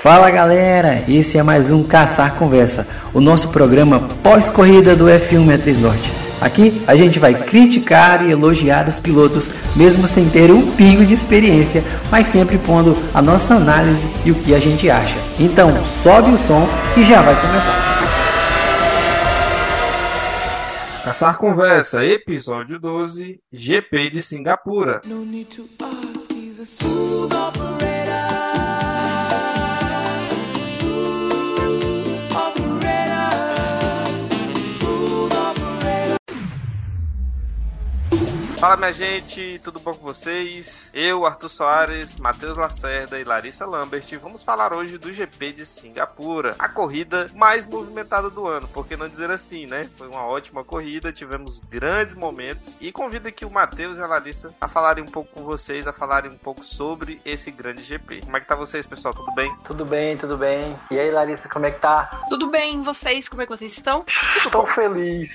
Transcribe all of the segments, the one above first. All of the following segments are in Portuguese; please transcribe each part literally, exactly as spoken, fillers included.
Fala galera, esse é mais um Caçar Conversa, o nosso programa pós-corrida do F um sessenta e três Norte. Aqui a gente vai criticar e elogiar os pilotos, mesmo sem ter um pingo de experiência, mas sempre pondo a nossa análise e o que a gente acha. Então sobe o som e já vai começar. Caçar Conversa, episódio doze, G P de Singapura. Fala minha gente, tudo bom com vocês? Eu, Arthur Soares, Matheus Lacerda e Larissa Lambert vamos falar hoje do G P de Singapura, a corrida mais movimentada do ano, por que não dizer assim, né? Foi uma ótima corrida, tivemos grandes momentos e convido aqui o Matheus e a Larissa a falarem um pouco com vocês, a falarem um pouco sobre esse grande G P. Como é que tá vocês, pessoal? Tudo bem? Tudo bem, tudo bem. E aí, Larissa, como é que tá? Tudo bem, vocês? Como é que vocês estão? Tô feliz.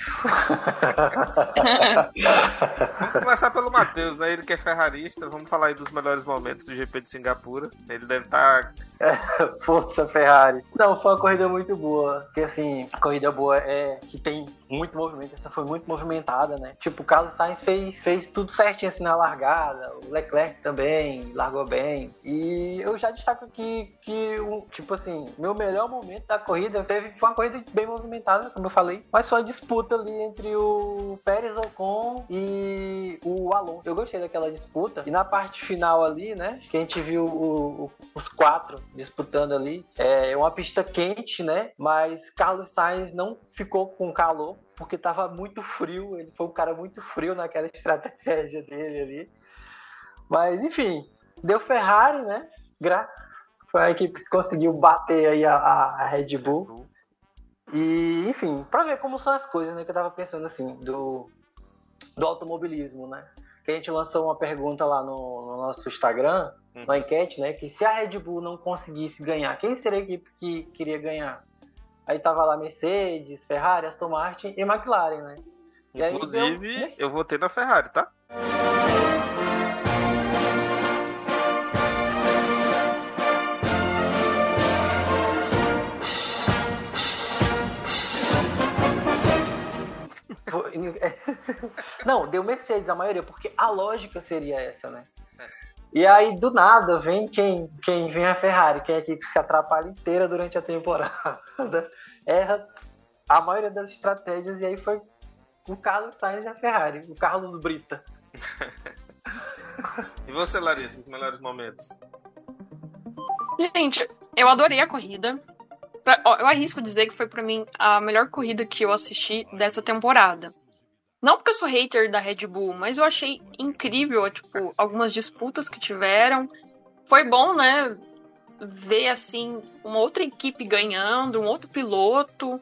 Vamos começar pelo Matheus, né? Ele que é ferrarista. Vamos falar aí dos melhores momentos do G P de Singapura. Ele deve estar... Tá... Força, Ferrari. Não, foi uma corrida muito boa. Porque, assim, a corrida boa é que tem muito movimento. Essa foi muito movimentada, né? Tipo, o Carlos Sainz fez, fez tudo certinho, assim, na largada. O Leclerc também largou bem. E eu já destaco aqui que, um, tipo assim, meu melhor momento da corrida teve, foi uma corrida bem movimentada, como eu falei. Mas foi uma disputa ali entre o Pérez, Ocon e o Alonso. Eu gostei daquela disputa. E na parte final ali, né? Que a gente viu o, o, os quatro disputando ali. É uma pista quente, né? Mas Carlos Sainz não ficou com calor, porque tava muito frio. Ele foi um cara muito frio naquela estratégia dele ali. Mas, enfim, deu Ferrari, né? Graças. Foi a equipe que conseguiu bater aí a, a Red Bull. E, enfim, pra ver como são as coisas, né? Que eu tava pensando assim, do... do automobilismo, né? Que a gente lançou uma pergunta lá no, no nosso Instagram, uhum. na enquete, né? Que se a Red Bull não conseguisse ganhar, quem seria a equipe que queria ganhar? Aí tava lá Mercedes, Ferrari, Aston Martin e McLaren, né? E inclusive, deu... eu votei na Ferrari, tá? Não, deu Mercedes a maioria, porque a lógica seria essa, né? É. E aí, do nada, vem quem, quem vem a Ferrari, que é a equipe que se atrapalha inteira durante a temporada. Erra a maioria das estratégias, e aí foi o Carlos Sainz e a Ferrari, o Carlos Brita. E você, Larissa, os melhores momentos? Gente, eu adorei a corrida. Eu arrisco dizer que foi pra mim a melhor corrida que eu assisti dessa temporada. Não porque eu sou hater da Red Bull, mas eu achei incrível, tipo, algumas disputas que tiveram. Foi bom, né, ver, assim, uma outra equipe ganhando, um outro piloto.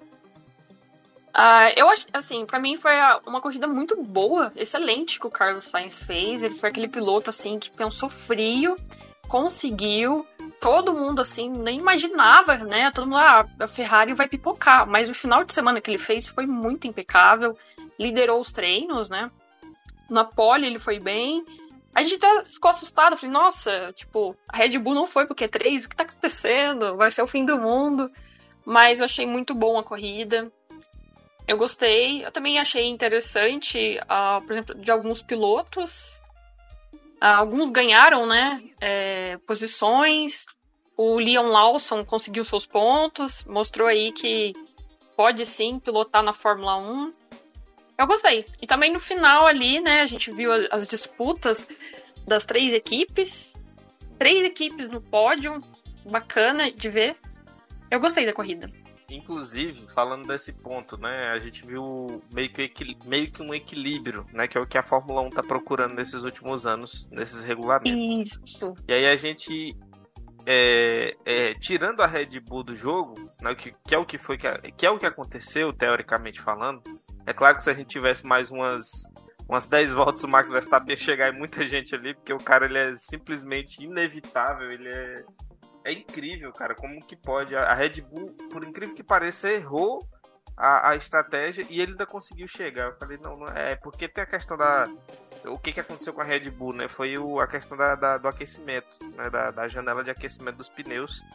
Uh, eu acho, assim, pra mim foi uma corrida muito boa, excelente que o Carlos Sainz fez. Ele foi aquele piloto, assim, que pensou frio, conseguiu. Todo mundo, assim, nem imaginava, né? Todo mundo, ah, a Ferrari vai pipocar. Mas o final de semana que ele fez foi muito impecável. Liderou os treinos, né? Na pole ele foi bem. A gente até ficou assustado. Falei, nossa, tipo, a Red Bull não foi pro Q três. O que tá acontecendo? Vai ser o fim do mundo. Mas eu achei muito bom a corrida. Eu gostei. Eu também achei interessante, uh, por exemplo, de alguns pilotos... Alguns ganharam, né, é, posições. O Liam Lawson conseguiu seus pontos, mostrou aí que pode sim pilotar na Fórmula um. Eu gostei. E também no final ali, né, a gente viu as disputas das três equipes. Três equipes no pódio, bacana de ver. Eu gostei da corrida. Inclusive, falando desse ponto, né, a gente viu meio que, meio que um equilíbrio, né, que é o que a Fórmula um tá procurando nesses últimos anos, nesses regulamentos. Isso. E aí a gente, é, é, tirando a Red Bull do jogo, né, que, que é o que foi, que, que é o que aconteceu, teoricamente falando, é claro que se a gente tivesse mais umas, umas dez voltas, o Max Verstappen ia chegar em muita gente ali, porque o cara, ele é simplesmente inevitável, ele é... É incrível, cara, como que pode. A Red Bull, por incrível que pareça, errou a, a estratégia e ele ainda conseguiu chegar. Eu falei, não, não é porque tem a questão da... O que, que aconteceu com a Red Bull, né? Foi o, a questão da, da, do aquecimento, né? Da, da janela de aquecimento dos pneus.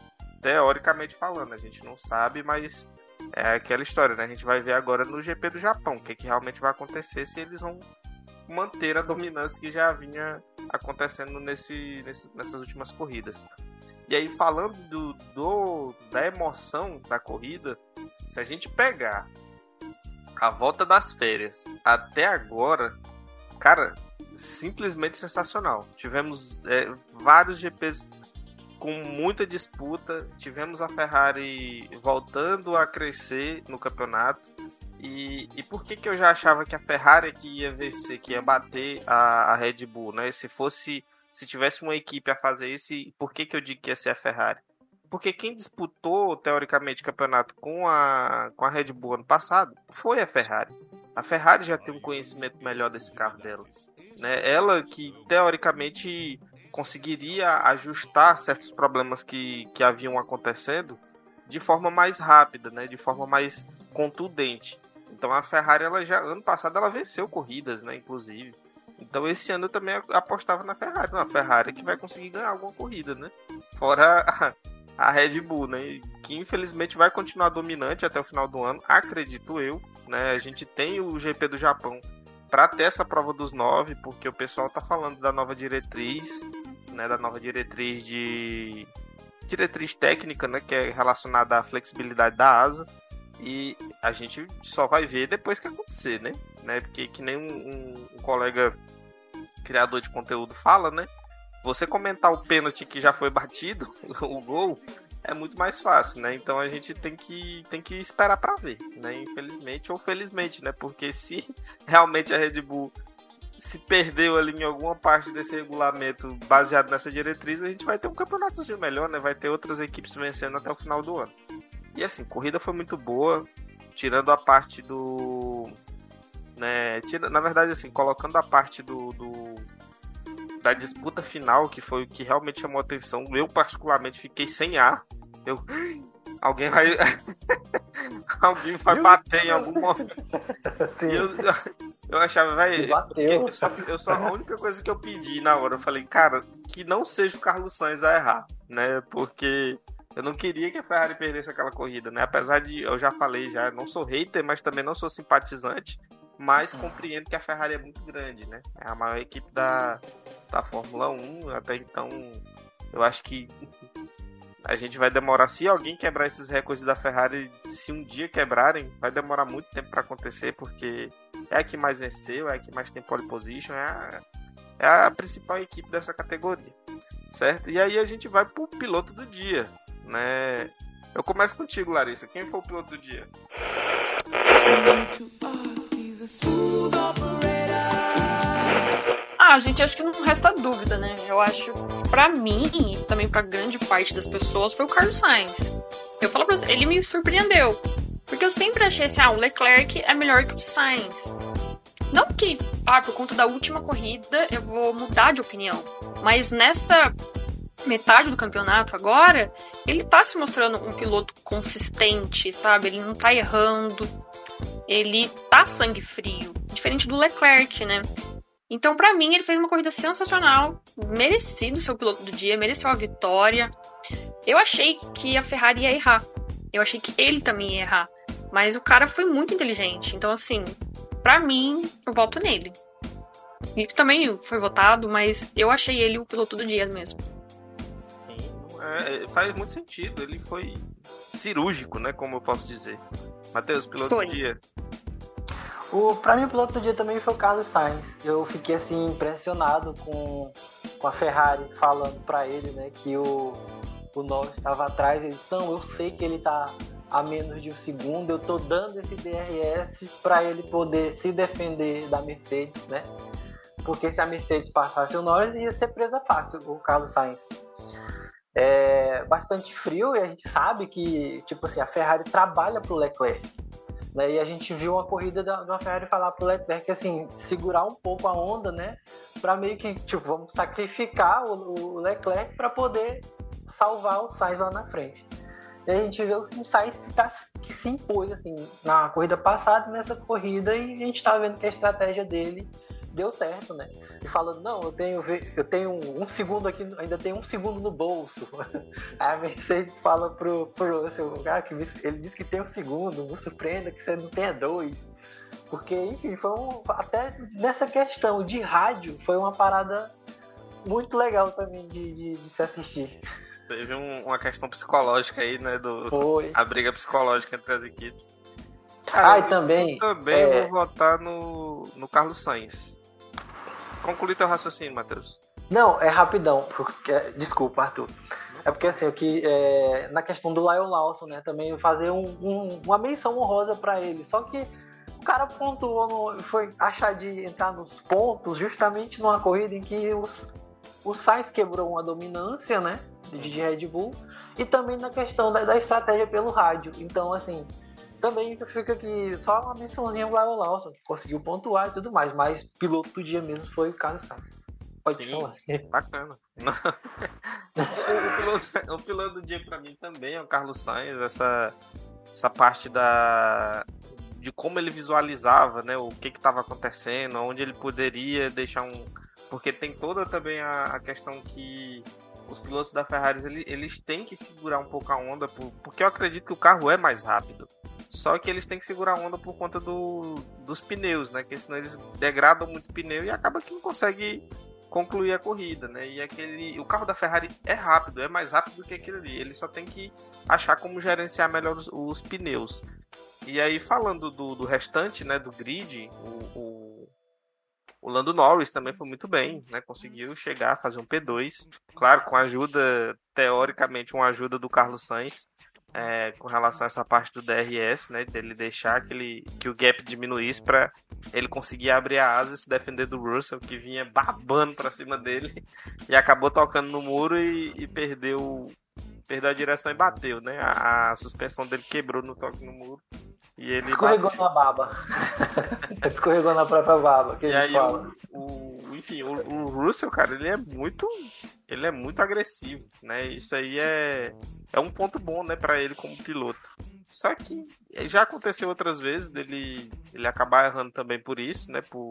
teoricamente falando, a gente não sabe, mas é aquela história, né? A gente vai ver agora no G P do Japão o que, que realmente vai acontecer, se eles vão manter a dominância que já vinha acontecendo nesse, nesse, nessas últimas corridas. E aí, falando do, do, da emoção da corrida, se a gente pegar a volta das férias até agora, cara, simplesmente sensacional. Tivemos é, vários G Ps com muita disputa, tivemos a Ferrari voltando a crescer no campeonato. E, e por que que eu já achava que a Ferrari que ia vencer, que ia bater a, a Red Bull, né? Se fosse, se tivesse uma equipe a fazer isso, por que que eu digo que ia ser a Ferrari? Porque quem disputou, teoricamente, o campeonato com a, com a Red Bull ano passado foi a Ferrari. A Ferrari já tem um conhecimento melhor desse carro dela, né? Ela que, teoricamente, conseguiria ajustar certos problemas que, que haviam acontecendo de forma mais rápida, né? De forma mais contundente. Então a Ferrari, ela já, ano passado, ela venceu corridas, né? Inclusive. Então esse ano eu também apostava na Ferrari. Não, a Ferrari que vai conseguir ganhar alguma corrida, né? Fora a, a Red Bull, né? Que infelizmente vai continuar dominante até o final do ano, acredito eu, né? A gente tem o G P do Japão para ter essa prova dos nove, porque o pessoal tá falando da nova diretriz, né? Da nova diretriz de diretriz técnica, né? Que é relacionada à flexibilidade da asa. E a gente só vai ver depois que acontecer, né? né? Porque que nem um, um, um colega criador de conteúdo fala, né? Você comentar o pênalti que já foi batido, o gol, é muito mais fácil, né? Então a gente tem que, tem que esperar para ver, né? Infelizmente ou felizmente, né? Porque se realmente a Red Bull se perdeu ali em alguma parte desse regulamento baseado nessa diretriz, a gente vai ter um campeonatozinho melhor, né? Vai ter outras equipes vencendo até o final do ano. E assim, a corrida foi muito boa, tirando a parte do... Né, tira, na verdade, assim, colocando a parte do, do... da disputa final, que foi o que realmente chamou a atenção. Eu, particularmente, fiquei sem ar. Eu... Alguém vai... Alguém vai bater em algum momento. Eu, eu achava, vai... Eu só, eu só, a única coisa que eu pedi na hora, eu falei, cara, que não seja o Carlos Sainz a errar, né? Porque... eu não queria que a Ferrari perdesse aquela corrida, né? Apesar de, eu já falei, já não sou hater, mas também não sou simpatizante, mas hum. compreendo que a Ferrari é muito grande, né? É a maior equipe da, da Fórmula um, até então eu acho que a gente vai demorar, se alguém quebrar esses recordes da Ferrari, se um dia quebrarem, vai demorar muito tempo para acontecer, porque é a que mais venceu, é a que mais tem pole position, é a, é a principal equipe dessa categoria, certo? E aí a gente vai pro piloto do dia, né? Eu começo contigo, Larissa. Quem foi o piloto do dia? Ah, gente, acho que não resta dúvida, né? Eu acho, pra mim e também pra grande parte das pessoas, foi o Carlos Sainz. Eu falo pra você, ele me surpreendeu. Porque eu sempre achei assim, ah, o Leclerc é melhor que o Sainz. Não que, ah, por conta da última corrida eu vou mudar de opinião. Mas nessa metade do campeonato agora, ele tá se mostrando um piloto consistente, sabe? Ele não tá errando, ele tá sangue frio, diferente do Leclerc, né? Então, pra mim, ele fez uma corrida sensacional, merecido ser o piloto do dia, mereceu a vitória. Eu achei que a Ferrari ia errar, eu achei que ele também ia errar, mas o cara foi muito inteligente, então assim, pra mim, eu voto nele. E também foi votado, mas eu achei ele o piloto do dia mesmo. É, faz muito sentido, ele foi cirúrgico, né, como eu posso dizer. Matheus, piloto foi. do dia. O, pra mim, o piloto do dia também foi o Carlos Sainz. Eu fiquei assim impressionado com, com a Ferrari falando pra ele, né, que o, o Norris estava atrás. Ele disse, não, eu sei que ele tá a menos de um segundo, eu tô dando esse D R S pra ele poder se defender da Mercedes, né? Porque se a Mercedes passasse o Norris, ia ser presa fácil, o Carlos Sainz. É bastante frio e a gente sabe que, tipo assim, a Ferrari trabalha pro Leclerc, né? E a gente viu uma corrida de uma Ferrari falar pro Leclerc, assim, segurar um pouco a onda, né? Pra meio que, tipo, vamos sacrificar o, o Leclerc pra poder salvar o Sainz lá na frente. E a gente vê o Sainz que, tá, que se impôs, assim, na corrida passada, nessa corrida, e a gente tá vendo que a estratégia dele deu certo, né? E falando, não, eu tenho, eu tenho um segundo aqui, ainda tenho um segundo no bolso. Aí a Mercedes fala pro, pro seu lugar que ele diz que tem um segundo, não surpreenda que você não tenha dois. Porque, enfim, foi um, até nessa questão de rádio, foi uma parada muito legal também de, de, de se assistir. Teve um, uma questão psicológica aí, né? Do, foi. A briga psicológica entre as equipes. Cara, ah, e também... Eu também é... vou votar no, no Carlos Sainz. Conclui teu raciocínio, Matheus. Não, é rapidão. Porque, desculpa, Arthur. É porque, assim, aqui, é, na questão do Lyle Lawson, né? Também fazer um, um, uma menção honrosa pra ele. Só que o cara pontuou, no, foi achar de entrar nos pontos justamente numa corrida em que os, o Sainz quebrou uma dominância, né? De Red Bull. E também na questão da, da estratégia pelo rádio. Então, assim... Também fica aqui só uma mençãozinha pro Lyle Lawson, que conseguiu pontuar e tudo mais, mas piloto do dia mesmo foi o Carlos Sainz. Pode Sim, falar. Bacana. o, piloto, o piloto do dia pra mim também é o Carlos Sainz, essa, essa parte da, de como ele visualizava, né, o que estava acontecendo, onde ele poderia deixar um... Porque tem toda também a, a questão que os pilotos da Ferrari eles, eles têm que segurar um pouco a onda, por, porque eu acredito que o carro é mais rápido. Só que eles têm que segurar a onda por conta do, dos pneus, né? Porque senão eles degradam muito o pneu e acaba que não consegue concluir a corrida, né? E aquele, o carro da Ferrari é rápido, é mais rápido do que aquele ali. Ele só tem que achar como gerenciar melhor os, os pneus. E aí, falando do, do restante, né? Do grid, o, o, o Lando Norris também foi muito bem, né? Conseguiu chegar a fazer um P dois. Claro, com a ajuda, teoricamente, uma ajuda do Carlos Sainz. É, com relação a essa parte do D R S, né, dele deixar que, ele, que o gap diminuísse para ele conseguir abrir a asa e se defender do Russell, que vinha babando para cima dele e acabou tocando no muro e, e perdeu, perdeu a direção e bateu, né, a, a suspensão dele quebrou no toque no muro e ele escorregou bateu. Na baba escorregou na própria baba que e a gente aí fala. O, o, enfim, o, o Russell, cara, ele é muito ele é muito agressivo, né, isso aí é É um ponto bom, né, para ele como piloto. Só que já aconteceu outras vezes dele ele acabar errando também por isso, né, por,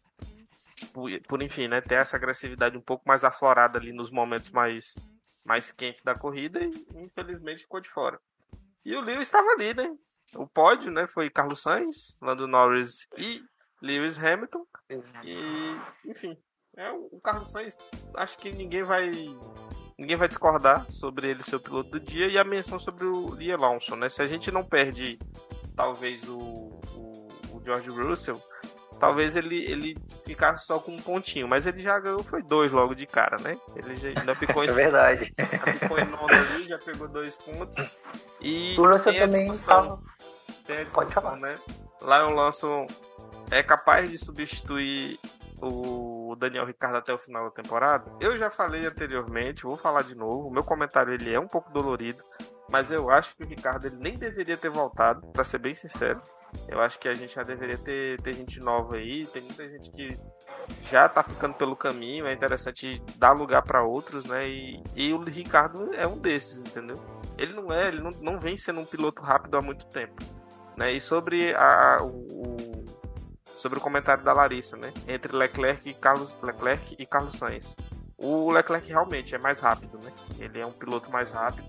por, por enfim, né, ter essa agressividade um pouco mais aflorada ali nos momentos mais, mais quentes da corrida e infelizmente ficou de fora. E o Lewis estava ali, né? O pódio, né, foi Carlos Sainz, Lando Norris e Lewis Hamilton. E, enfim, é o Carlos Sainz, acho que ninguém vai ninguém vai discordar sobre ele ser o piloto do dia. E a menção sobre o Lyle Lawson, né? Se a gente não perde talvez o, o, o George Russell, talvez ele, ele ficasse só com um pontinho, mas ele já ganhou, foi dois logo de cara, né? Ele já, ainda ficou em, é verdade. Já ficou em nono ali, já pegou dois pontos. E o Russell tem a também discussão, tava... tem a discussão, né? Lyle Lawson é capaz de substituir o Daniel Ricciardo até o final da temporada? Eu já falei anteriormente, vou falar de novo. O meu comentário ele é um pouco dolorido, mas eu acho que o Ricciardo ele nem deveria ter voltado, pra ser bem sincero. Eu acho que a gente já deveria ter, ter gente nova aí. Tem muita gente que já tá ficando pelo caminho. É interessante dar lugar para outros, né? E, e o Ricciardo é um desses, entendeu? Ele não é, ele não, não vem sendo um piloto rápido há muito tempo, né? E sobre a, o, sobre o comentário da Larissa, né? Entre Leclerc e Carlos Leclerc e Carlos Sainz. O Leclerc realmente é mais rápido, né? Ele é um piloto mais rápido.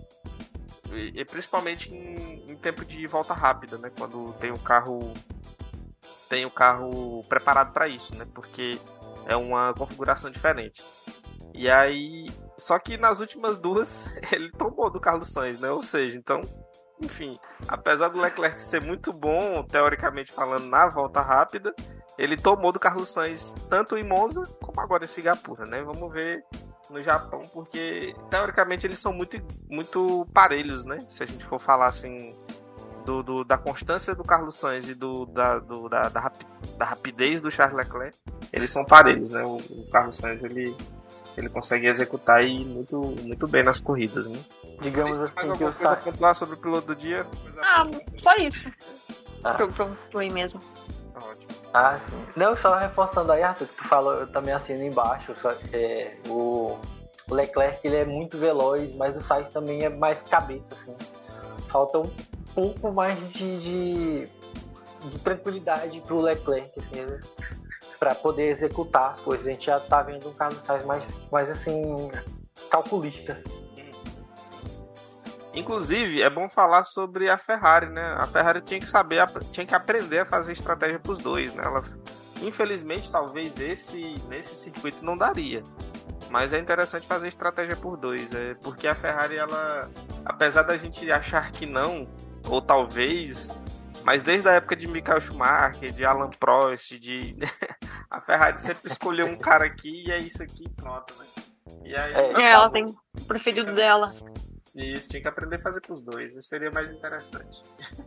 E, e principalmente em, em tempo de volta rápida, né? Quando tem o carro tem o carro preparado para isso, né? Porque é uma configuração diferente. E aí, só que nas últimas duas ele tomou do Carlos Sainz, né? Ou seja, então, enfim, apesar do Leclerc ser muito bom, teoricamente falando, na volta rápida, ele tomou do Carlos Sainz tanto em Monza como agora em Singapura, né? Vamos ver no Japão, porque teoricamente eles são muito, muito parelhos, né? Se a gente for falar assim do, do, da constância do Carlos Sainz e do, da, do, da, da, rapi, da rapidez do Charles Leclerc, eles são parelhos, né? O, o Carlos Sainz ele, ele consegue executar aí muito, muito bem nas corridas, né? Digamos assim, mais que alguma eu coisa sa... a falar sobre o piloto do dia? Ah, só isso. Ah. Pra eu concluir mesmo. Ótimo. Ah, sim. Não, só reforçando aí, Arthur, que tu falou, eu também assino embaixo, só, é, o, o Leclerc ele é muito veloz, mas o Sainz também é mais cabeça, assim. Falta um pouco mais de, de, de tranquilidade pro Leclerc, assim. para poder executar as coisas. A gente já tá vendo um Carlos Sainz mais, mais assim, calculista. Inclusive, é bom falar sobre a Ferrari, né? A Ferrari tinha que saber, tinha que aprender a fazer estratégia para os dois, né? Ela, infelizmente, talvez esse, nesse circuito não daria. Mas é interessante fazer estratégia por dois, é, porque a Ferrari, ela, apesar da gente achar que não, ou talvez, mas desde a época de Michael Schumacher, de Alan Prost, de... a Ferrari sempre escolheu um cara aqui e é isso aqui, pronto, né? E aí, é, ela tem o preferido dela. Isso, tinha que aprender a fazer pros dois, isso seria mais interessante.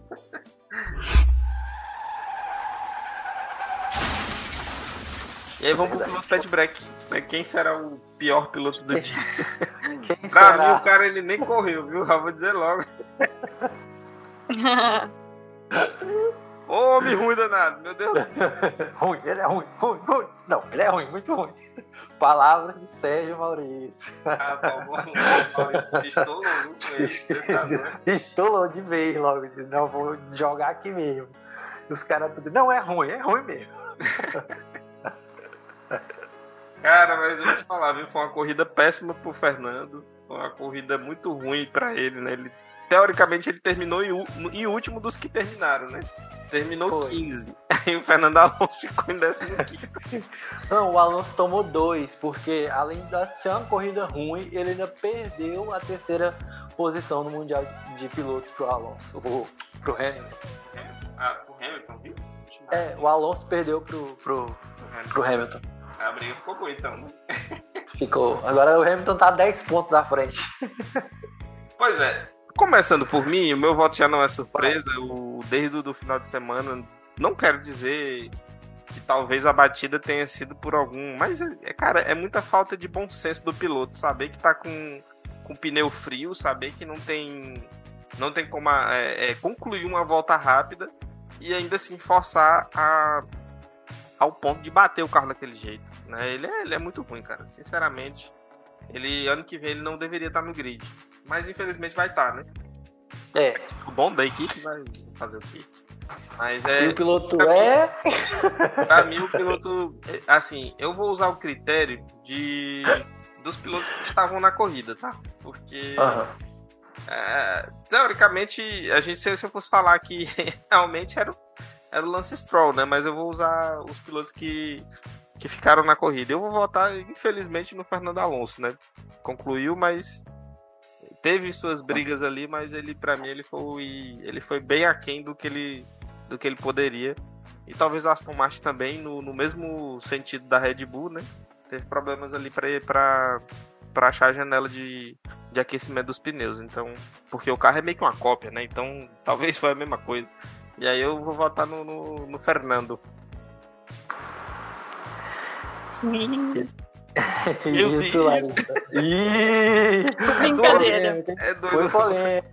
E aí vamos pro piloto pet break, né? Quem será o pior piloto do dia? Quem pra será? mim o cara ele nem correu, viu? Já vou dizer logo. Ô, homem ruim danado, meu Deus. Ruim, ele é ruim, ruim, ruim. Não, ele é ruim, muito ruim. Palavras de Sérgio Maurício. Ah, Paulo, Maurício pistolou, viu? Você tá doido? Pistolou de vez logo. Disse, não, vou jogar aqui mesmo. E os caras tudo, não, é ruim, é ruim mesmo. Cara, mas eu vou te falar, viu? Foi uma corrida péssima pro Fernando. Foi uma corrida muito ruim pra ele, né? Ele, teoricamente, ele terminou em, em último dos que terminaram, né? Terminou Foi. quinze. Aí o Fernando Alonso ficou em décimo quinto. Não, o Alonso tomou dois, porque além de ser uma corrida ruim, ele ainda perdeu a terceira posição no Mundial de Pilotos pro Alonso, pro, pro Hamilton. Ah, pro Hamilton, viu? É, o Alonso perdeu pro, pro, pro Hamilton. A briga ficou boa, então, né? Ficou. Agora o Hamilton tá dez pontos à frente. Pois é. Começando por mim, o meu voto já não é surpresa. O, desde o final de semana, não quero dizer que talvez a batida tenha sido por algum... Mas, é, cara, é muita falta de bom senso do piloto. Saber que tá com, com pneu frio, saber que não tem, não tem como é, é, concluir uma volta rápida e ainda assim forçar a, ao ponto de bater o carro daquele jeito. Né? Ele, é, ele é muito ruim, cara. Sinceramente, ele, ano que vem ele não deveria estar no grid. Mas infelizmente vai estar, né? É. O bom da equipe vai fazer o quê? Mas é. E o piloto pra é. Mim, pra mim, o piloto. Assim, eu vou usar o critério de dos pilotos que estavam na corrida, tá? Porque. Uhum. É, teoricamente, a gente, se eu fosse falar que realmente era, era o Lance Stroll, né? Mas eu vou usar os pilotos que, que ficaram na corrida. Eu vou votar, infelizmente, no Fernando Alonso, né? Concluiu, mas. Teve suas brigas ali, mas ele, pra mim, ele foi, ele foi bem aquém do que ele, do que ele poderia. E talvez a Aston Martin também, no, no mesmo sentido da Red Bull, né? Teve problemas ali pra, pra, pra achar a janela de, de aquecimento dos pneus. Então, porque o carro é meio que uma cópia, né? Então, talvez foi a mesma coisa. E aí eu vou votar no, no, no Fernando. Meu Isso, Deus. Larissa. Ih, Brincadeira. É doido. Foi polêmico.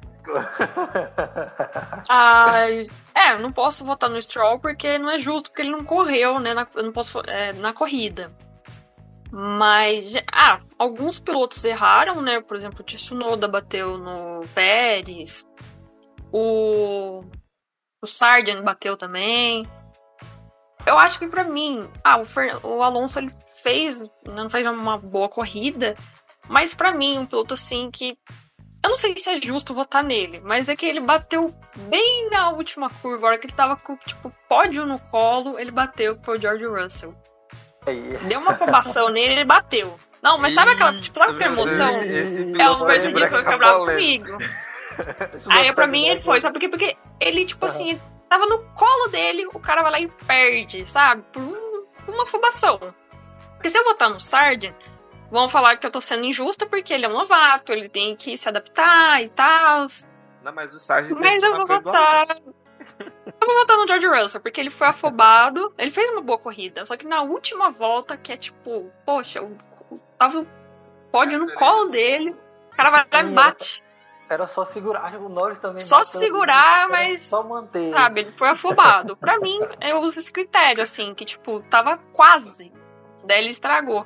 Ai, é, eu não posso votar no Stroll porque não é justo, porque ele não correu, né? Na, eu não posso é, na corrida. Mas, ah, alguns pilotos erraram, né? Por exemplo, o Tsunoda bateu no Pérez. O, o Sargent bateu também. Eu acho que pra mim, ah, o, Fer, o Alonso ele fez, não fez uma boa corrida, mas pra mim, um piloto assim que eu não sei se é justo votar nele, mas é que ele bateu bem na última curva, a hora que ele tava com, tipo, pódio no colo, ele bateu, que foi o George Russell. Aí. Deu uma afobação nele, ele bateu. Não, mas sabe aquela, tipo, sabe aquela emoção? É o Mercedes vai ficar bravo comigo. Aí pra mim ele foi, sabe por quê? Porque ele, tipo assim, tava no colo dele, o cara vai lá e perde, sabe? Por, um, por uma afobação. Porque se eu votar no Sargent, vão falar que eu tô sendo injusta porque ele é um novato, ele tem que se adaptar e tal. Não, mas o Sargent Mas eu vou votar. Eu vou votar no George Russell, porque ele foi afobado, ele fez uma boa corrida, só que na última volta, que é tipo, poxa, o, o, tava o pódio no colo dele, o cara vai lá e bate. Era só segurar, o Norris também. Só bateu, segurar, mas. Só manter. Sabe, ele foi afobado. Pra mim, eu uso esse critério, assim, que, tipo, tava quase. Daí ele estragou.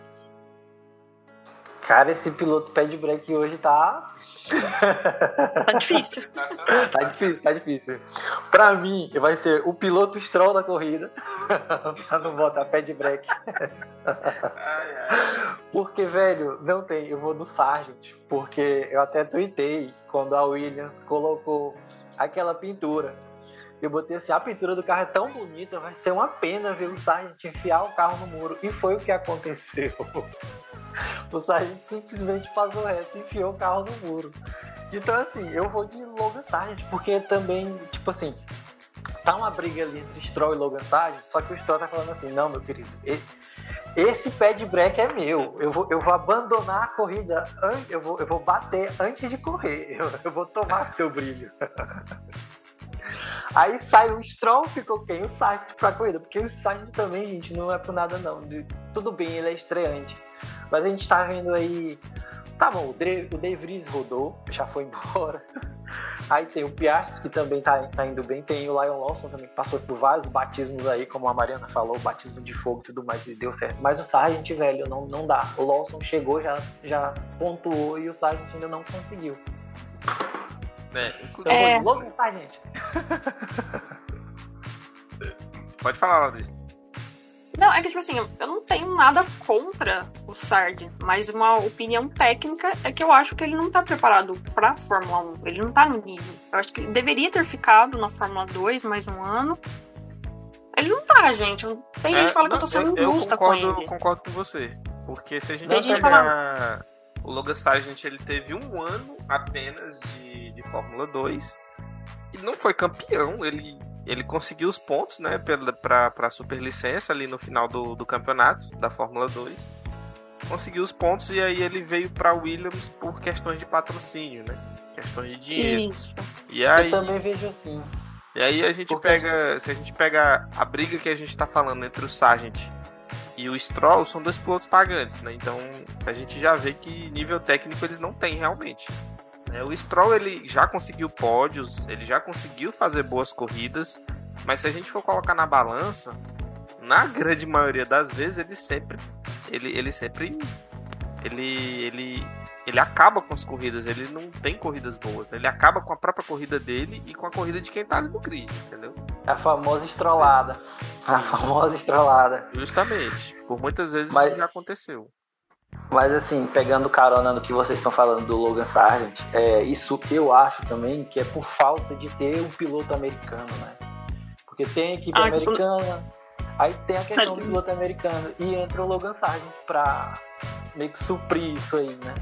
Cara, esse piloto pé de break hoje tá. Tá difícil. Tá difícil, tá difícil. Pra mim, vai ser o piloto Stroll da corrida. Pra não botar pé de break. Ai, ai. Porque, velho, não tem. Eu vou no Sargent. Porque eu até tuitei quando a Williams colocou aquela pintura. Eu botei assim, a pintura do carro é tão bonita, vai ser uma pena ver o Sargent enfiar o carro no muro. E foi o que aconteceu. O Sargent simplesmente passou o resto e enfiou o carro no muro. Então, assim, eu vou de Logan Sargent, porque também, tipo assim, tá uma briga ali entre Stroll e Logan Sargent, só que o Stroll tá falando assim, não, meu querido, esse, esse pé de break é meu, eu vou, eu vou abandonar a corrida, eu vou, eu vou bater antes de correr, eu, eu vou tomar seu brilho. Aí sai o Stroll, ficou quem? O Sargent pra corrida, porque o Sargent também, gente, não é por nada não, tudo bem, ele é estreante, mas a gente tá vendo aí, tá bom, o De Vries rodou, já foi embora. Aí tem o Piastri, que também tá, tá indo bem. Tem o Lion Lawson também, que passou por vários batismos aí, como a Mariana falou, batismo de fogo e tudo mais, e deu certo. Mas o Sargent, velho, não, não dá. O Lawson chegou, já, já pontuou, e o Sargent ainda não conseguiu. É, então, é. Logo, Sargent. Pode falar, Laurice. Não, é que, tipo assim, eu não tenho nada contra o Sargent, mas uma opinião técnica é que eu acho que ele não tá preparado pra Fórmula um, ele não tá no nível. Eu acho que ele deveria ter ficado na Fórmula dois mais um ano. Ele não tá, gente. Tem gente é, que fala não, que eu tô sendo eu, injusta eu concordo, com ele. Eu concordo com você, porque se a gente Tem pegar... gente falando. O Logan Sargent, ele teve um ano apenas de, de Fórmula dois e não foi campeão, ele... Ele conseguiu os pontos, né, para a superlicença ali no final do, do campeonato da Fórmula dois. Conseguiu os pontos e aí ele veio para Williams por questões de patrocínio, né? Questões de dinheiro. Isso. E aí, eu também vejo assim. E aí a gente Porque... pega, se a gente pega a briga que a gente está falando entre o Sargent e o Stroll, são dois pilotos pagantes, né? Então a gente já vê que nível técnico eles não têm realmente. O Stroll, ele já conseguiu pódios, ele já conseguiu fazer boas corridas, mas se a gente for colocar na balança, na grande maioria das vezes, ele sempre ele, ele sempre ele, ele, ele acaba com as corridas, ele não tem corridas boas, né? Ele acaba com a própria corrida dele e com a corrida de quem tá ali no grid, entendeu? A famosa estrolada. Sim. A famosa estrolada. Justamente, por muitas vezes mas... isso já aconteceu. Mas assim, pegando carona no que vocês estão falando do Logan Sargent, é, isso eu acho também que é por falta de ter um piloto americano, né? Porque tem a equipe ah, americana, que... aí tem a questão do piloto americano, e entra o Logan Sargent pra meio que suprir isso aí, né?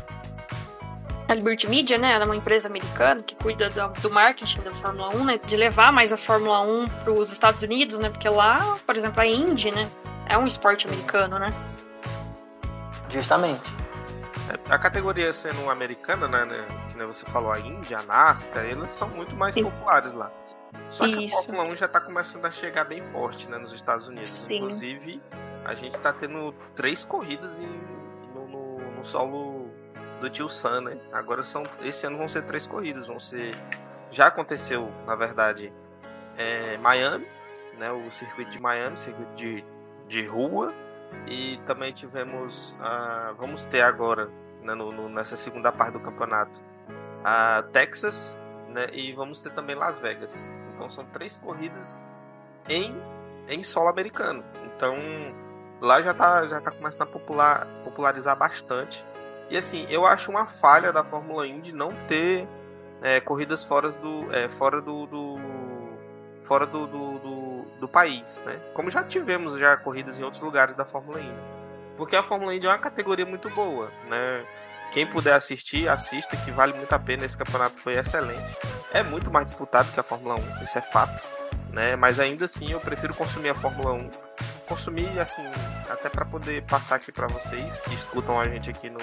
A Liberty Media, né, ela é uma empresa americana que cuida do, do marketing da Fórmula um, né, de levar mais a Fórmula um pros Estados Unidos, né, porque lá, por exemplo, a Indy, né, é um esporte americano, né? Justamente. A categoria sendo americana, né, né, que né, você falou, a Indy, a NASCAR, elas são muito mais Sim. populares lá. Só que Isso. a Fórmula um já está começando a chegar bem forte, né, nos Estados Unidos. Sim. Inclusive, a gente está tendo três corridas em, no, no, no solo do Tio Sam, né? Agora são, esse ano vão ser três corridas, vão ser, já aconteceu, na verdade, é, Miami, né, o circuito de Miami, circuito de, de rua. E também tivemos, uh, vamos ter agora, né, no, no, nessa segunda parte do campeonato, a Texas, né, e vamos ter também Las Vegas. Então são três corridas em, em solo americano. Então lá já está já tá começando a popular, popularizar bastante. E assim, eu acho uma falha da Fórmula Indy não ter é, corridas fora do, é, fora do, do, fora do, do, do do país, né? Como já tivemos já corridas em outros lugares da Fórmula Indy. Porque a Fórmula Indy é uma categoria muito boa, né? Quem puder assistir, assista, que vale muito a pena. Esse campeonato foi excelente. É muito mais disputado que a Fórmula um, isso é fato, né? Mas ainda assim eu prefiro consumir a Fórmula um. Consumir, assim, até para poder passar aqui para vocês que escutam a gente aqui no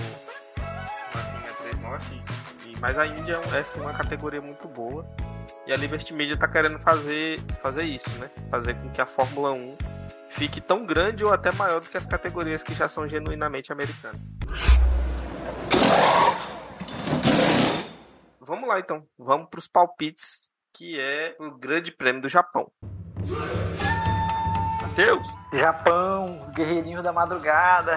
na três Norte. E, mas a Indy é, é sim, uma categoria muito boa. E a Liberty Media tá querendo fazer, fazer isso, né? Fazer com que a Fórmula um fique tão grande ou até maior do que as categorias que já são genuinamente americanas. Vamos lá, então. Vamos para os palpites, que é o Grande Prêmio do Japão. Matheus? Japão, os guerreirinhos da madrugada.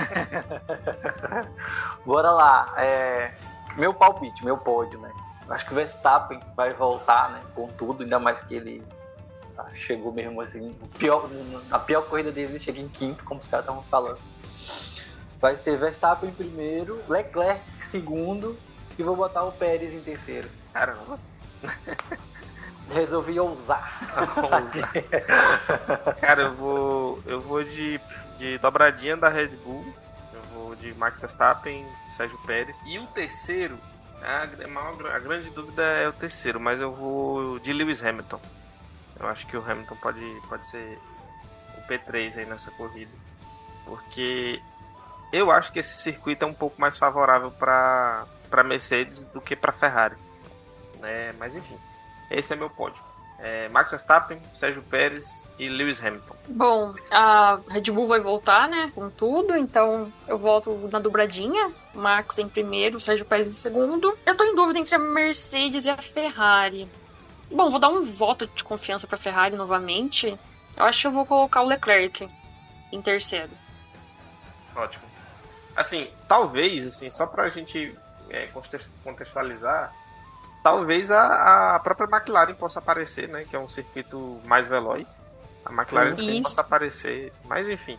Bora lá. É... Meu palpite, meu pódio, né? Acho que o Verstappen vai voltar, né, com tudo, ainda mais que ele tá? Chegou mesmo assim, pior, a pior corrida deles chega em quinto, como os caras estavam falando. Vai ser Verstappen em primeiro, Leclerc em segundo e vou botar o Pérez em terceiro. Caramba. Resolvi ousar. Cara, eu vou. Eu vou de, de dobradinha da Red Bull. Eu vou de Max Verstappen, Sérgio Pérez. E o terceiro, a, maior, a grande dúvida é o terceiro, mas eu vou de Lewis Hamilton. Eu acho que o Hamilton pode, pode ser o P três aí nessa corrida. Porque eu acho que esse circuito é um pouco mais favorável para para Mercedes do que para Ferrari, né? Mas enfim, esse é meu pódio. É Max Verstappen, Sérgio Pérez e Lewis Hamilton. Bom, a Red Bull vai voltar, né, com tudo, então eu volto na dobradinha. Max em primeiro, Sérgio Pérez em segundo. Eu tô em dúvida entre a Mercedes e a Ferrari. Bom, vou dar um voto de confiança pra Ferrari novamente. Eu acho que eu vou colocar o Leclerc em terceiro. Ótimo. Assim, talvez, assim, só pra gente é, contextualizar, talvez a, a própria McLaren possa aparecer, né? Que é um circuito mais veloz. A McLaren tem possa aparecer, mas enfim.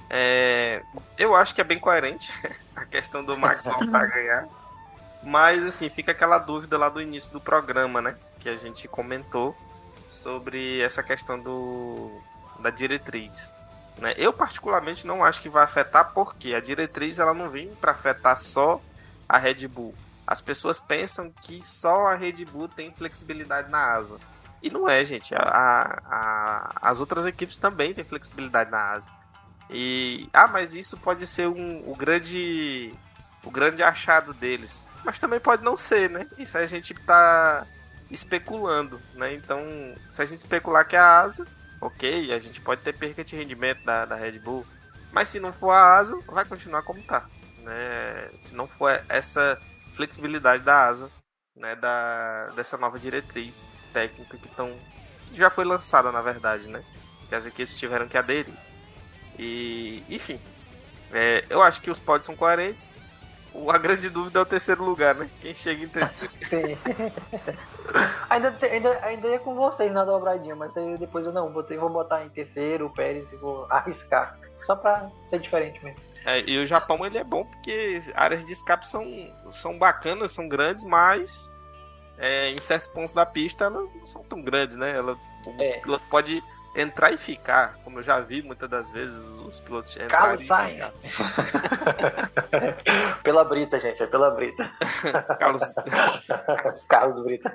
É, eu acho que é bem coerente a questão do Max voltar a ganhar. Mas assim, fica aquela dúvida lá do início do programa, né? Que a gente comentou sobre essa questão do, da diretriz. Né? Eu particularmente não acho que vai afetar, porque a diretriz ela não vem para afetar só a Red Bull. As pessoas pensam que só a Red Bull tem flexibilidade na asa. E não é, gente. A, a, as outras equipes também têm flexibilidade na asa. E, ah, mas isso pode ser um, o, grande, o grande achado deles. Mas também pode não ser, né? Isso a gente tá especulando, né? Então, se a gente especular que é a asa, ok, a gente pode ter perca de rendimento da, da Red Bull. Mas se não for a asa, vai continuar como tá, né? Se não for essa flexibilidade da asa, né, da, dessa nova diretriz técnica que tão, já foi lançada, na verdade, né, que as equipes tiveram que aderir. E, enfim, é, eu acho que os pódios são coerentes. A grande dúvida é o terceiro lugar, né? Quem chega em terceiro. Sim. ainda, ainda, ainda ia com vocês na dobradinha, mas aí depois eu não, vou, ter, vou botar em terceiro o Pérez e vou arriscar, só pra ser diferente mesmo. É, e o Japão ele é bom porque áreas de escape são, são bacanas, são grandes, mas é, em certos pontos da pista elas não são tão grandes, né? Ela, o é. piloto pode entrar e ficar, como eu já vi muitas das vezes os pilotos entrarem. Carlos Sainz. Pela Brita, gente, é pela Brita. Carlos Carlos Brita.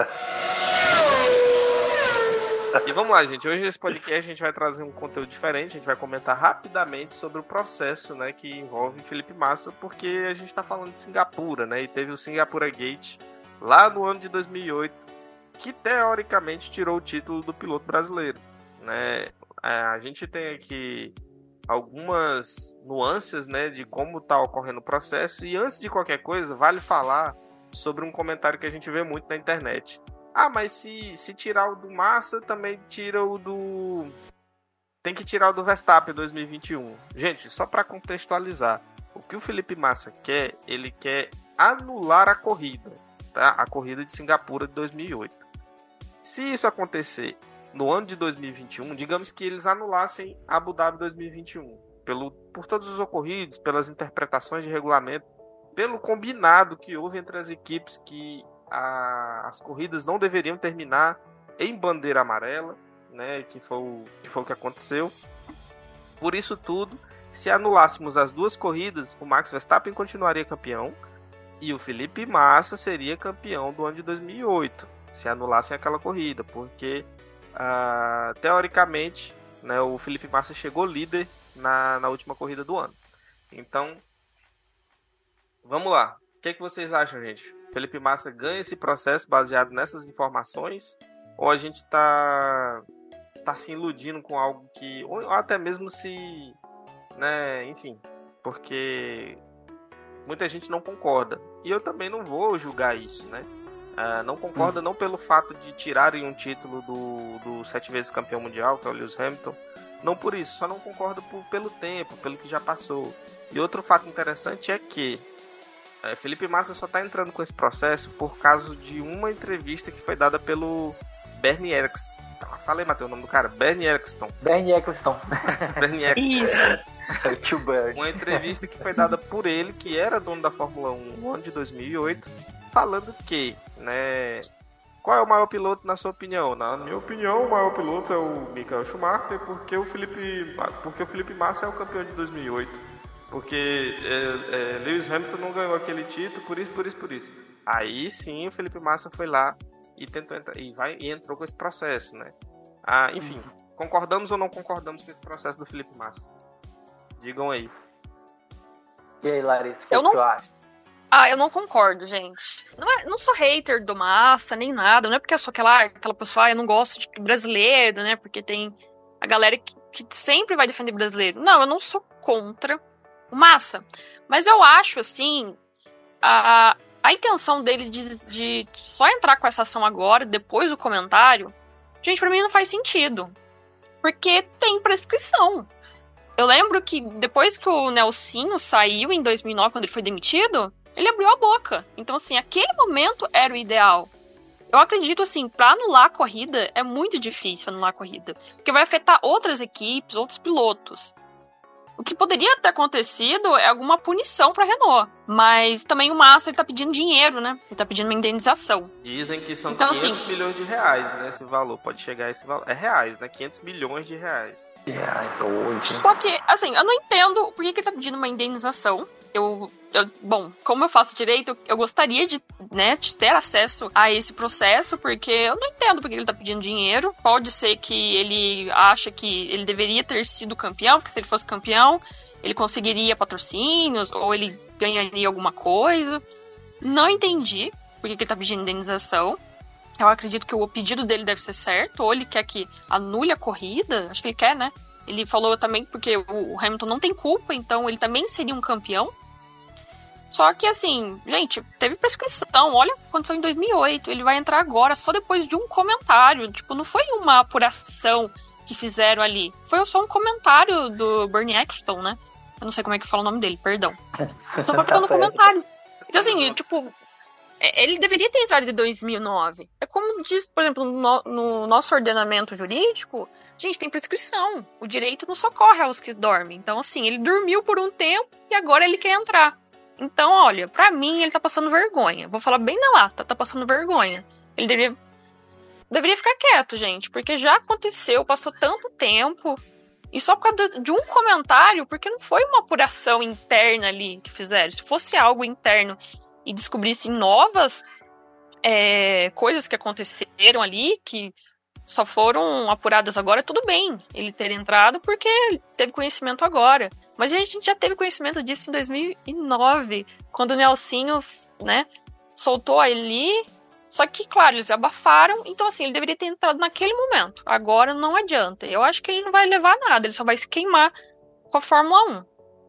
E vamos lá, gente. Hoje nesse podcast a gente vai trazer um conteúdo diferente. A gente vai comentar rapidamente sobre o processo, né, que envolve Felipe Massa, porque a gente está falando de Singapura, né? E teve o Singapura Gate lá no ano de dois mil e oito, que teoricamente tirou o título do piloto brasileiro, né? A gente tem aqui algumas nuances, né, de como está ocorrendo o processo. E antes de qualquer coisa, vale falar sobre um comentário que a gente vê muito na internet. Ah, mas se, se tirar o do Massa, também tira o do... Tem que tirar o do Verstappen dois mil e vinte e um. Gente, só para contextualizar, o que o Felipe Massa quer, ele quer anular a corrida, tá? A corrida de Singapura de dois mil e oito. Se isso acontecer no ano de dois mil e vinte e um, digamos que eles anulassem Abu Dhabi dois mil e vinte e um, pelo, por todos os ocorridos, pelas interpretações de regulamento, pelo combinado que houve entre as equipes que A, as corridas não deveriam terminar em bandeira amarela, né, que foi, o, que foi o que aconteceu. Por isso tudo, se anulássemos as duas corridas, o Max Verstappen continuaria campeão e o Felipe Massa seria campeão do ano de dois mil e oito, se anulassem aquela corrida, porque uh, teoricamente, né, o Felipe Massa chegou líder na, na última corrida do ano. Então, vamos lá. O que, é que vocês acham, gente? Felipe Massa ganha esse processo baseado nessas informações? Ou a gente tá, tá se iludindo com algo que... Ou até mesmo se... Né, enfim, porque muita gente não concorda. E eu também não vou julgar isso, né? Uh, não concorda hum. não pelo fato de tirarem um título do, do sete vezes campeão mundial, que é o Lewis Hamilton. Não por isso, só não concordo por, pelo tempo, pelo que já passou. E outro fato interessante é que É, Felipe Massa só está entrando com esse processo por causa de uma entrevista que foi dada pelo Bernie Falei, Matheus, o nome do cara? Bernie Eccleston. Bernie Eccleston. Bernie Eccleston. Isso. Tio Bird. Uma entrevista que foi dada por ele, que era dono da Fórmula um no ano de dois mil e oito, falando que, né... Qual é o maior piloto, na sua opinião? Na minha opinião, o maior piloto é o Michael Schumacher, porque o Felipe, porque o Felipe Massa é o campeão de dois mil e oito. Porque é, é, Lewis Hamilton não ganhou aquele título, por isso, por isso, por isso. Aí sim o Felipe Massa foi lá e tentou entrar, e, vai, e entrou com esse processo, né? Ah, enfim, concordamos ou não concordamos com esse processo do Felipe Massa? Digam aí. E aí, Larissa, o que, Eu que não- tu acha? Ah, eu não concordo, gente. Não, é- não sou hater do Massa, nem nada. Não é porque eu sou aquela, aquela pessoa, ah, eu não gosto de brasileiro, né? Porque tem a galera que, que sempre vai defender brasileiro. Não, eu não sou contra o Massa. Mas eu acho, assim, a, a intenção dele de, de só entrar com essa ação agora, depois do comentário, gente, pra mim não faz sentido. Porque tem prescrição. Eu lembro que depois que o Nelsinho saiu em dois mil e nove, quando ele foi demitido, ele abriu a boca. Então, assim, aquele momento era o ideal. Eu acredito, assim, pra anular a corrida, é muito difícil anular a corrida. Porque vai afetar outras equipes, outros pilotos. O que poderia ter acontecido é alguma punição pra Renault. Mas também o Massa, ele tá pedindo dinheiro, né? Ele tá pedindo uma indenização. Dizem que são Então, quinhentos assim- milhões de reais, né? Esse valor, pode chegar a esse valor. É reais, né? quinhentos milhões de reais. Reais hoje. Só que, assim, eu não entendo por que, que ele tá pedindo uma indenização. Eu, eu, bom, como eu faço direito, eu, eu gostaria de, né, de ter acesso a esse processo, porque eu não entendo por que ele tá pedindo dinheiro. Pode ser que ele acha que ele deveria ter sido campeão, porque se ele fosse campeão, ele conseguiria patrocínios, ou ele ganharia alguma coisa. Não entendi por que, que ele tá pedindo indenização. Eu acredito que o pedido dele deve ser certo, ou ele quer que anule a corrida, acho que ele quer, né? Ele falou também porque o Hamilton não tem culpa, então ele também seria um campeão. Só que, assim, gente, teve prescrição. Olha, aconteceu em dois mil e oito. Ele vai entrar agora só depois de um comentário. Tipo, não foi uma apuração que fizeram ali. Foi só um comentário do Bernie Eccleston, né? Eu não sei como é que fala o nome dele, perdão. Só pra ficar no Tá certo. comentário. Então, assim, tipo, é- ele deveria ter entrado em dois mil e nove. É como diz, por exemplo, no, no nosso ordenamento jurídico, gente, tem prescrição. O direito não socorre aos que dormem. Então, assim, ele dormiu por um tempo e agora ele quer entrar. Então, olha, pra mim ele tá passando vergonha. Vou falar bem na lata, tá passando vergonha. Ele deveria, deveria ficar quieto, gente, porque já aconteceu, passou tanto tempo. E só por causa de um comentário, porque não foi uma apuração interna ali que fizeram. Se fosse algo interno e descobrissem novas é, coisas que aconteceram ali, que só foram apuradas agora, tudo bem ele ter entrado, porque ele teve conhecimento agora. Mas a gente já teve conhecimento disso em dois mil e nove, quando o Nelsinho, né, soltou ali. Só que, claro, eles abafaram, então assim, ele deveria ter entrado naquele momento. Agora não adianta. Eu acho que ele não vai levar nada, ele só vai se queimar com a Fórmula um.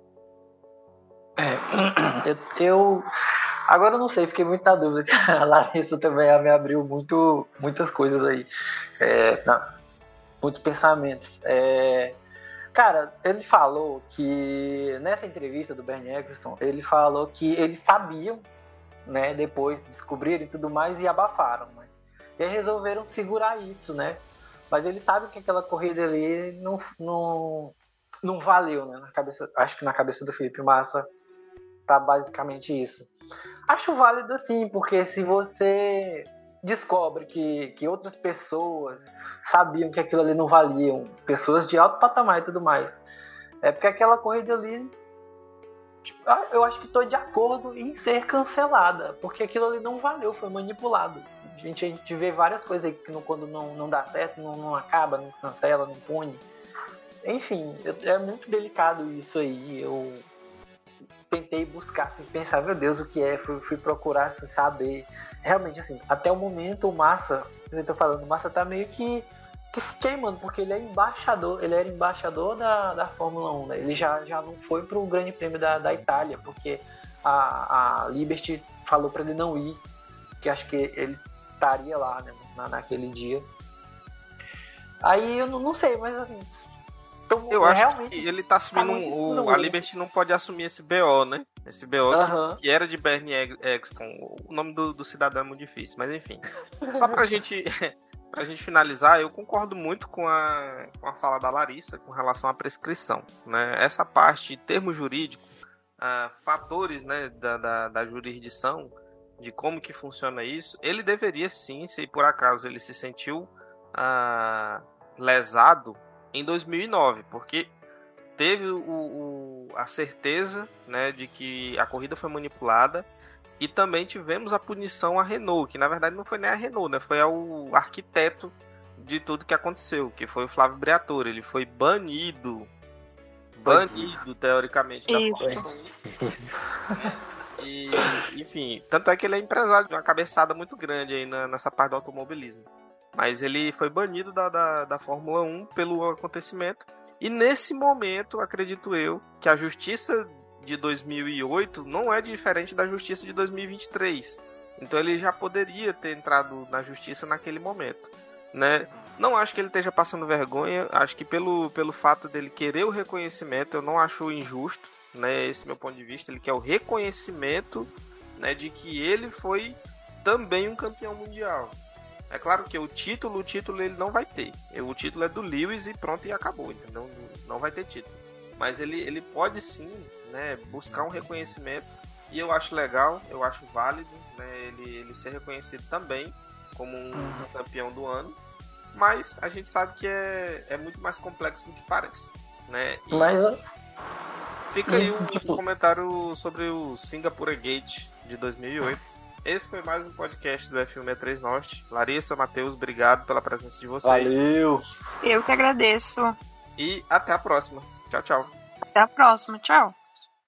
É, eu, eu- agora eu não sei, fiquei muito na dúvida. A Larissa também me abriu muito, muitas coisas aí. É, não, muitos pensamentos. É, cara, ele falou que nessa entrevista do Bernie Eccleston, ele falou que eles sabiam, né, depois descobriram e tudo mais e abafaram, né? E aí resolveram segurar isso, né? Mas eles sabem que aquela corrida ali não, não, não valeu, né? Na cabeça, acho que na cabeça do Felipe Massa tá basicamente isso. Acho válido assim, porque se você descobre que, que outras pessoas sabiam que aquilo ali não valiam, pessoas de alto patamar e tudo mais, é porque aquela corrida ali, tipo, eu acho que estou de acordo em ser cancelada, porque aquilo ali não valeu, foi manipulado. A gente, a gente vê várias coisas aí que não, quando não, não dá certo, não, não acaba, não cancela, não pune. Enfim, eu- é muito delicado isso aí. Eu tentei buscar, assim, pensar, meu Deus, o que é, fui, fui procurar, assim, saber. Realmente, assim, até o momento o Massa, eu tô falando, o Massa tá meio que, que se queimando, porque ele é embaixador, ele era embaixador da, da Fórmula um, né? Ele já, já não foi pro Grande Prêmio da, da Itália, porque a, a Liberty falou pra ele não ir, que acho que ele estaria lá, né, na, naquele dia. Aí eu não, não sei, mas assim, tô, Eu acho realmente que ele tá assumindo. tá muito o, duro. a Liberty não pode assumir esse B O, né? Esse B O Aham. que, que era de Bernie Eccleston. O nome do, do cidadão é muito difícil, mas enfim. Só pra gente pra gente finalizar, eu concordo muito com a, com a fala da Larissa com relação à prescrição, né? Essa parte, termo jurídico, uh, fatores, né, da, da, da jurisdição, de como que funciona isso, ele deveria sim, se por acaso ele se sentiu uh, lesado em dois mil e nove, porque teve o, o, a certeza, né, de que a corrida foi manipulada. E também tivemos a punição à Renault, que na verdade não foi nem a Renault, né? Foi ao arquiteto de tudo que aconteceu, que foi o Flávio Briatore. Ele foi banido, banido teoricamente da Fórmula um. E, enfim, tanto é que ele é empresário de uma cabeçada muito grande aí na, nessa parte do automobilismo. Mas ele foi banido da, da, da Fórmula um pelo acontecimento. E nesse momento, acredito eu, que a justiça de dois mil e oito não é diferente da justiça de dois mil e vinte e três. Então ele já poderia ter entrado na justiça naquele momento, né? Não acho que ele esteja passando vergonha, acho que pelo, pelo fato dele querer o reconhecimento, eu não acho injusto, né? Esse é meu ponto de vista. Ele quer o reconhecimento, né, de que ele foi também um campeão mundial. É claro que o título, o título ele não vai ter. O título é do Lewis e pronto, e acabou, entendeu? Não vai ter título. Mas ele, ele pode sim, né, buscar um reconhecimento, e eu acho legal, eu acho válido, né, ele, ele ser reconhecido também como um uhum. campeão do ano, mas a gente sabe que é, é muito mais complexo do que parece, né? E mas fica aí um tipo... comentário sobre o Singapura Gate de dois mil e oito. Esse foi mais um podcast do F um sessenta e três Norte. Larissa, Matheus, obrigado pela presença de vocês. Valeu! Eu que agradeço. E até a próxima. Tchau, tchau. Até a próxima. Tchau.